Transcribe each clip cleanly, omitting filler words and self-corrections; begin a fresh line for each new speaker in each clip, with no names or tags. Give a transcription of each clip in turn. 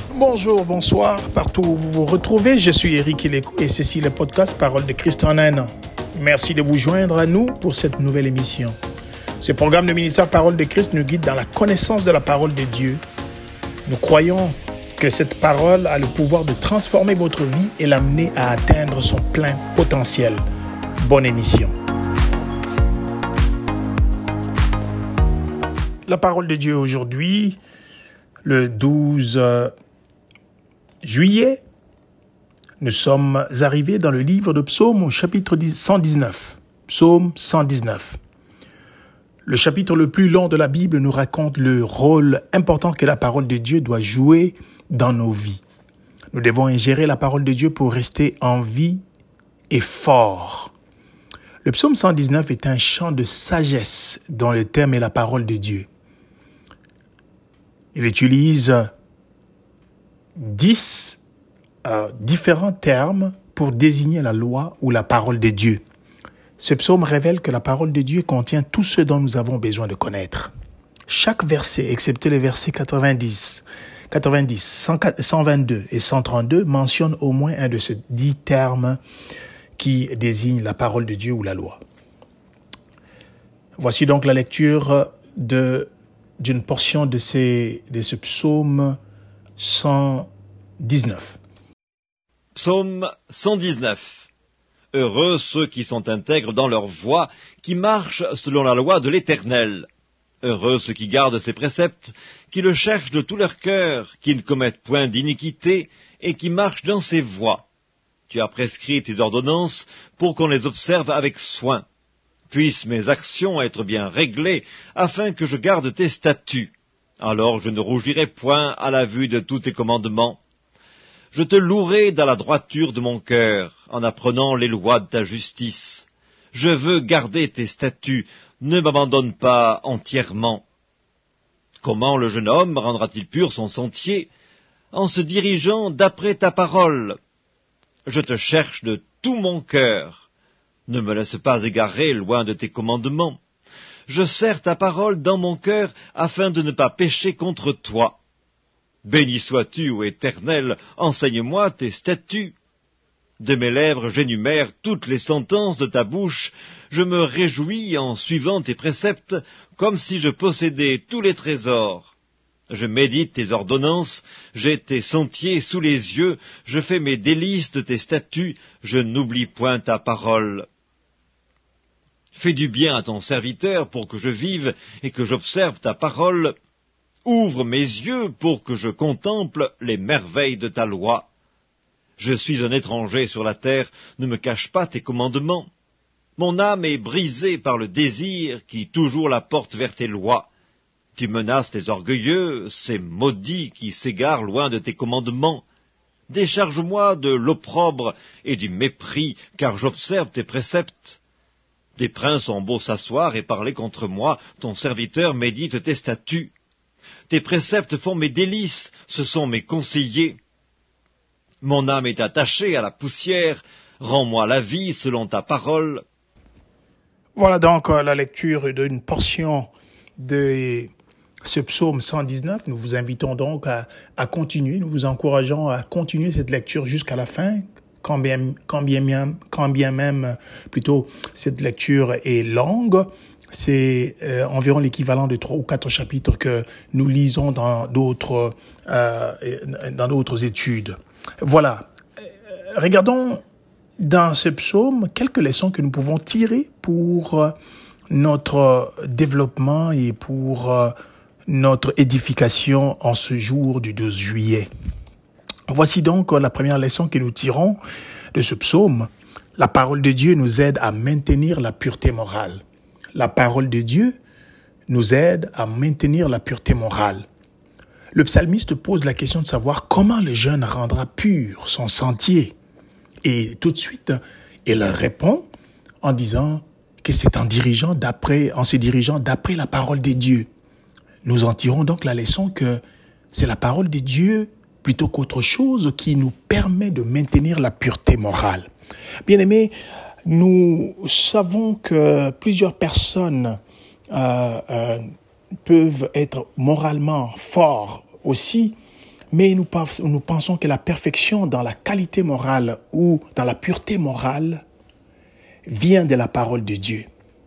Bonjour, bonsoir, partout où vous vous retrouvez, je suis Eric Ileko et ceci est le podcast Parole de Christ en un an. Merci de vous joindre à nous pour cette nouvelle émission. Ce programme de ministère Parole de Christ nous guide dans la connaissance de la parole de Dieu. Nous croyons que cette parole a le pouvoir de transformer votre vie et l'amener à atteindre son plein potentiel. Bonne émission. La parole de Dieu aujourd'hui, le 12 juillet, nous sommes arrivés dans le livre de Psaume au chapitre 119. Psaume 119. Le chapitre le plus long de la Bible nous raconte le rôle important que la parole de Dieu doit jouer dans nos vies. Nous devons ingérer la parole de Dieu pour rester en vie et fort. Le psaume 119 est un chant de sagesse dont le thème est la parole de Dieu. Il utilise 10 différents termes pour désigner la loi ou la parole de Dieu. Ce psaume révèle que la parole de Dieu contient tout ce dont nous avons besoin de connaître. Chaque verset, excepté les versets 90, 122 et 132, mentionne au moins un de ces 10 termes qui désignent la parole de Dieu ou la loi. Voici donc la lecture d'une portion de ce psaume 119.
Psaume 119. Heureux ceux qui sont intègres dans leur voie, qui marchent selon la loi de l'Éternel. Heureux ceux qui gardent ses préceptes, qui le cherchent de tout leur cœur, qui ne commettent point d'iniquité et qui marchent dans ses voies. Tu as prescrit tes ordonnances pour qu'on les observe avec soin. Puissent mes actions être bien réglées, afin que je garde tes statuts. Alors je ne rougirai point à la vue de tous tes commandements. Je te louerai dans la droiture de mon cœur, en apprenant les lois de ta justice. Je veux garder tes statuts, ne m'abandonne pas entièrement. Comment le jeune homme rendra-t-il pur son sentier? En se dirigeant d'après ta parole. Je te cherche de tout mon cœur. Ne me laisse pas égarer loin de tes commandements. Je serre ta parole dans mon cœur afin de ne pas pécher contre toi. Béni sois-tu, ô Éternel, enseigne-moi tes statuts. De mes lèvres j'énumère toutes les sentences de ta bouche. Je me réjouis en suivant tes préceptes, comme si je possédais tous les trésors. Je médite tes ordonnances, j'ai tes sentiers sous les yeux, je fais mes délices de tes statuts, je n'oublie point ta parole. Fais du bien à ton serviteur pour que je vive et que j'observe ta parole. Ouvre mes yeux pour que je contemple les merveilles de ta loi. Je suis un étranger sur la terre, ne me cache pas tes commandements. Mon âme est brisée par le désir qui toujours la porte vers tes lois. Tu menaces les orgueilleux, ces maudits qui s'égarent loin de tes commandements. Décharge-moi de l'opprobre et du mépris, car j'observe tes préceptes. Des princes ont beau s'asseoir et parler contre moi, ton serviteur médite tes statuts. Tes préceptes font mes délices, ce sont mes conseillers. Mon âme est attachée à la poussière, rends-moi la vie selon ta parole.
Voilà donc la lecture d'une portion de ce psaume 119. Nous vous invitons donc à continuer, nous vous encourageons à continuer cette lecture jusqu'à la fin, quand bien même cette lecture est longue. C'est environ l'équivalent de 3 ou 4 chapitres que nous lisons dans d'autres études. Voilà. Regardons dans ce psaume quelques leçons que nous pouvons tirer pour notre développement et pour notre édification en ce jour du 12 juillet. Voici donc la première leçon que nous tirons de ce psaume. La parole de Dieu nous aide à maintenir la pureté morale. La parole de Dieu nous aide à maintenir la pureté morale. Le psalmiste pose la question de savoir comment le jeune rendra pur son sentier. Et tout de suite, il répond en disant que c'est en se dirigeant d'après la parole de Dieu. Nous en tirons donc la leçon que c'est la parole de Dieu plutôt qu'autre chose qui nous permet de maintenir la pureté morale. Bien-aimés, nous savons que plusieurs personnes peuvent être moralement forts aussi, mais nous pensons que la perfection dans la qualité morale ou dans la pureté morale vient de la parole de Dieu.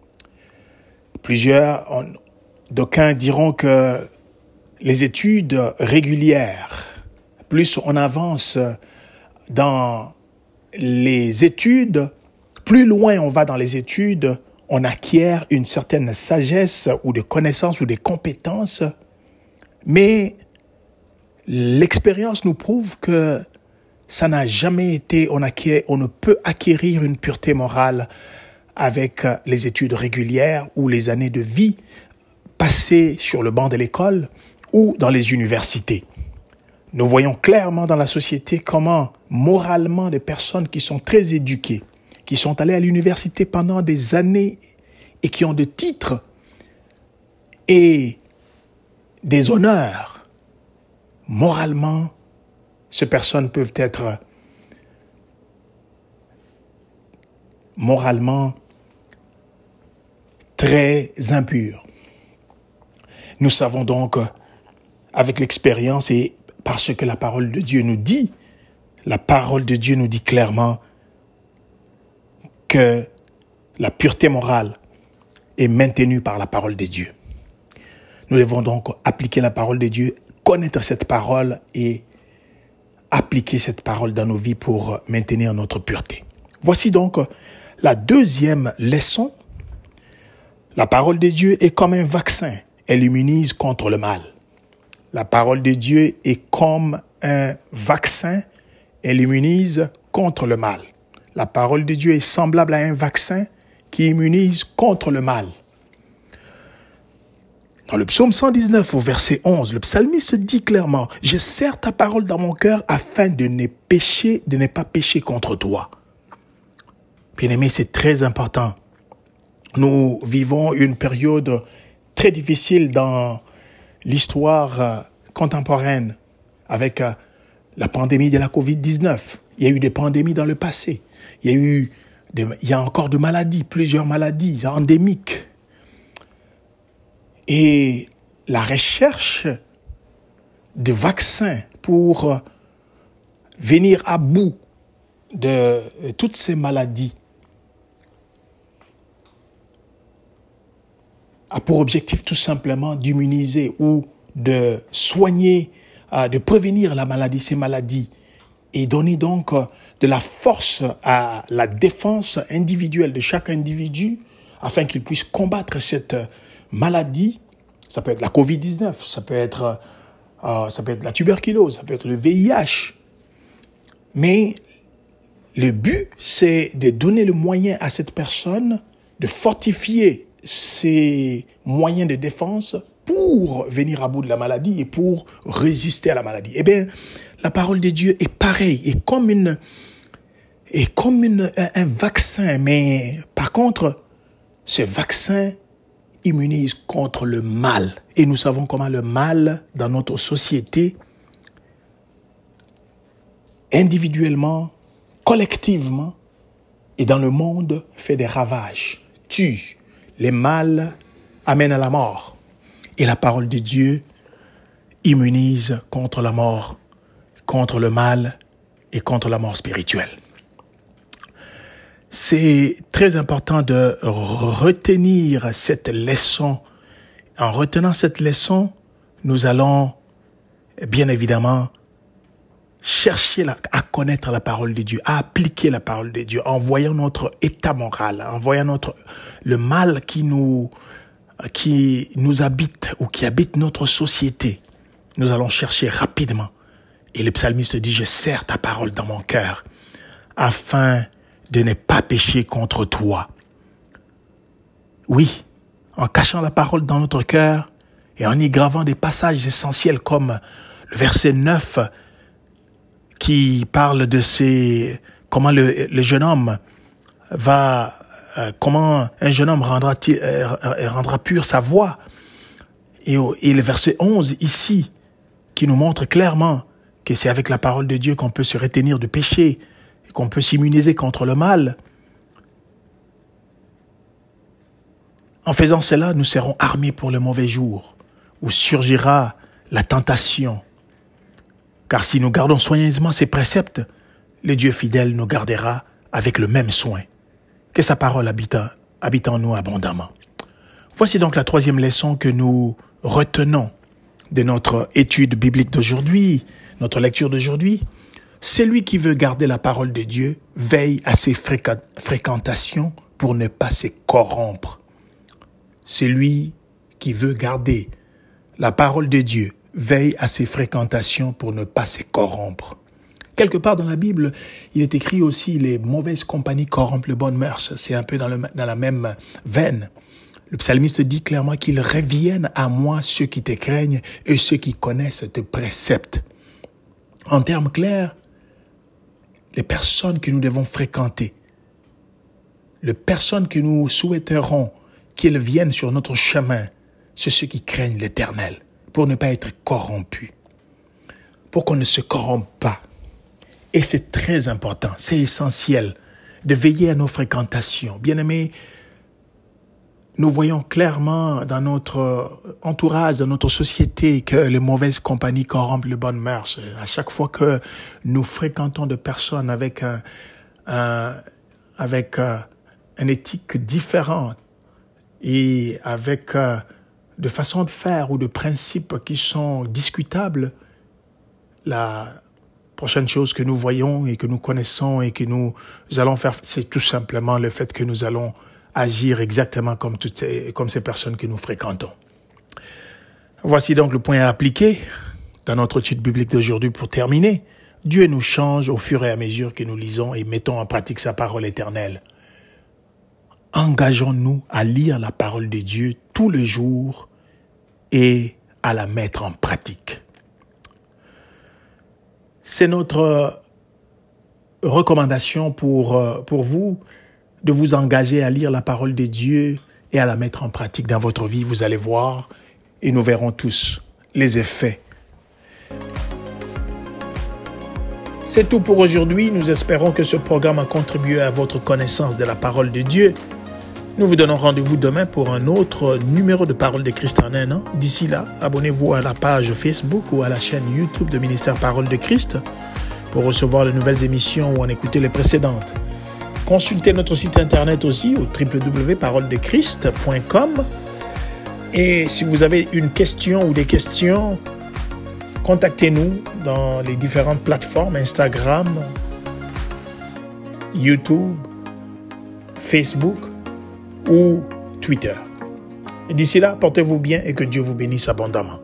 D'aucuns diront que les études régulières, plus on avance dans les études, plus loin on va dans les études, on acquiert une certaine sagesse ou de connaissances ou des compétences, mais l'expérience nous prouve que ça n'a jamais été, on ne peut acquérir une pureté morale avec les études régulières ou les années de vie passées sur le banc de l'école ou dans les universités. Nous voyons clairement dans la société comment, moralement, des personnes qui sont très éduquées, qui sont allées à l'université pendant des années et qui ont des titres et des honneurs, moralement, ces personnes peuvent être moralement très impures. Nous savons donc, avec l'expérience et parce que la parole de Dieu nous dit clairement que la pureté morale est maintenue par la parole de Dieu. Nous devons donc appliquer la parole de Dieu, connaître cette parole et appliquer cette parole dans nos vies pour maintenir notre pureté. Voici donc la deuxième leçon. La parole de Dieu est comme un vaccin. Elle immunise contre le mal. La parole de Dieu est comme un vaccin. Elle immunise contre le mal. La parole de Dieu est semblable à un vaccin qui immunise contre le mal. Dans le psaume 119, au verset 11, le psalmiste dit clairement « Je serre ta parole dans mon cœur afin de ne pas pécher contre toi. » Bien-aimés, c'est très important. Nous vivons une période très difficile dans l'histoire contemporaine avec la pandémie de la COVID-19. Il y a eu des pandémies dans le passé. Il y a encore de maladies, plusieurs maladies endémiques. Et la recherche de vaccins pour venir à bout de toutes ces maladies a pour objectif tout simplement d'immuniser ou de soigner, de prévenir ces maladies et donner donc de la force à la défense individuelle de chaque individu afin qu'il puisse combattre cette maladie. Ça peut être la COVID-19, ça peut être la tuberculose, ça peut être le VIH. Mais le but, c'est de donner le moyen à cette personne de fortifier ses moyens de défense pour venir à bout de la maladie et pour résister à la maladie. Eh bien, la parole de Dieu est pareille, est comme un vaccin. Mais par contre, ce vaccin immunise contre le mal. Et nous savons comment le mal, dans notre société, individuellement, collectivement, et dans le monde, fait des ravages, tue. Les mal amènent à la mort. Et la parole de Dieu immunise contre la mort, contre le mal et contre la mort spirituelle. C'est très important de retenir cette leçon. En retenant cette leçon, nous allons bien évidemment chercher à connaître la parole de Dieu, à appliquer la parole de Dieu en voyant notre état moral, en voyant le mal qui nous habite ou qui habite notre société. Nous allons chercher rapidement. Et le psalmiste dit, je serre ta parole dans mon cœur afin de ne pas pécher contre toi. Oui, en cachant la parole dans notre cœur et en y gravant des passages essentiels comme le verset 9 qui parle de comment le jeune homme comment un jeune homme rendra pure sa voix. Et le verset 11 ici qui nous montre clairement que c'est avec la parole de Dieu qu'on peut se retenir de péché, qu'on peut s'immuniser contre le mal. En faisant cela, nous serons armés pour le mauvais jour, où surgira la tentation. Car si nous gardons soigneusement ses préceptes, le Dieu fidèle nous gardera avec le même soin. Que sa parole habite en nous abondamment. Voici donc la troisième leçon que nous retenons de notre étude biblique d'aujourd'hui, notre lecture d'aujourd'hui. Celui qui veut garder la parole de Dieu veille à ses fréquentations pour ne pas se corrompre. Celui qui veut garder la parole de Dieu veille à ses fréquentations pour ne pas se corrompre. Quelque part dans la Bible, il est écrit aussi « Les mauvaises compagnies corrompent les bonnes mœurs ». C'est un peu dans la même veine. Le psalmiste dit clairement qu'il revienne à moi ceux qui te craignent et ceux qui connaissent tes préceptes. En termes clairs, les personnes que nous devons fréquenter, les personnes que nous souhaiterons qu'ils viennent sur notre chemin, c'est ceux qui craignent l'Éternel, pour ne pas être corrompus, pour qu'on ne se corrompe pas. Et c'est très important, c'est essentiel de veiller à nos fréquentations. Bien-aimés, nous voyons clairement dans notre entourage, dans notre société, que les mauvaises compagnies corrompent les bonnes mœurs. À chaque fois que nous fréquentons des personnes avec une éthique différente et avec de façons de faire ou de principes qui sont discutables, la prochaine chose que nous voyons et que nous connaissons et que nous allons faire, c'est tout simplement le fait que nous allons agir exactement comme ces personnes que nous fréquentons. Voici donc le point à appliquer dans notre étude biblique d'aujourd'hui pour terminer. Dieu nous change au fur et à mesure que nous lisons et mettons en pratique sa parole éternelle. Engageons-nous à lire la parole de Dieu tous les jours et à la mettre en pratique. C'est notre recommandation pour vous de vous engager à lire la parole de Dieu et à la mettre en pratique dans votre vie. Vous allez voir et nous verrons tous les effets. C'est tout pour aujourd'hui. Nous espérons que ce programme a contribué à votre connaissance de la parole de Dieu. Nous vous donnons rendez-vous demain pour un autre numéro de Parole de Christ en un an. D'ici là, abonnez-vous à la page Facebook ou à la chaîne YouTube de Ministère Parole de Christ pour recevoir les nouvelles émissions ou en écouter les précédentes. Consultez notre site internet aussi au www.paroledechrist.com. Et si vous avez une question ou des questions, contactez-nous dans les différentes plateformes Instagram, YouTube, Facebook ou Twitter. Et d'ici là, portez-vous bien et que Dieu vous bénisse abondamment.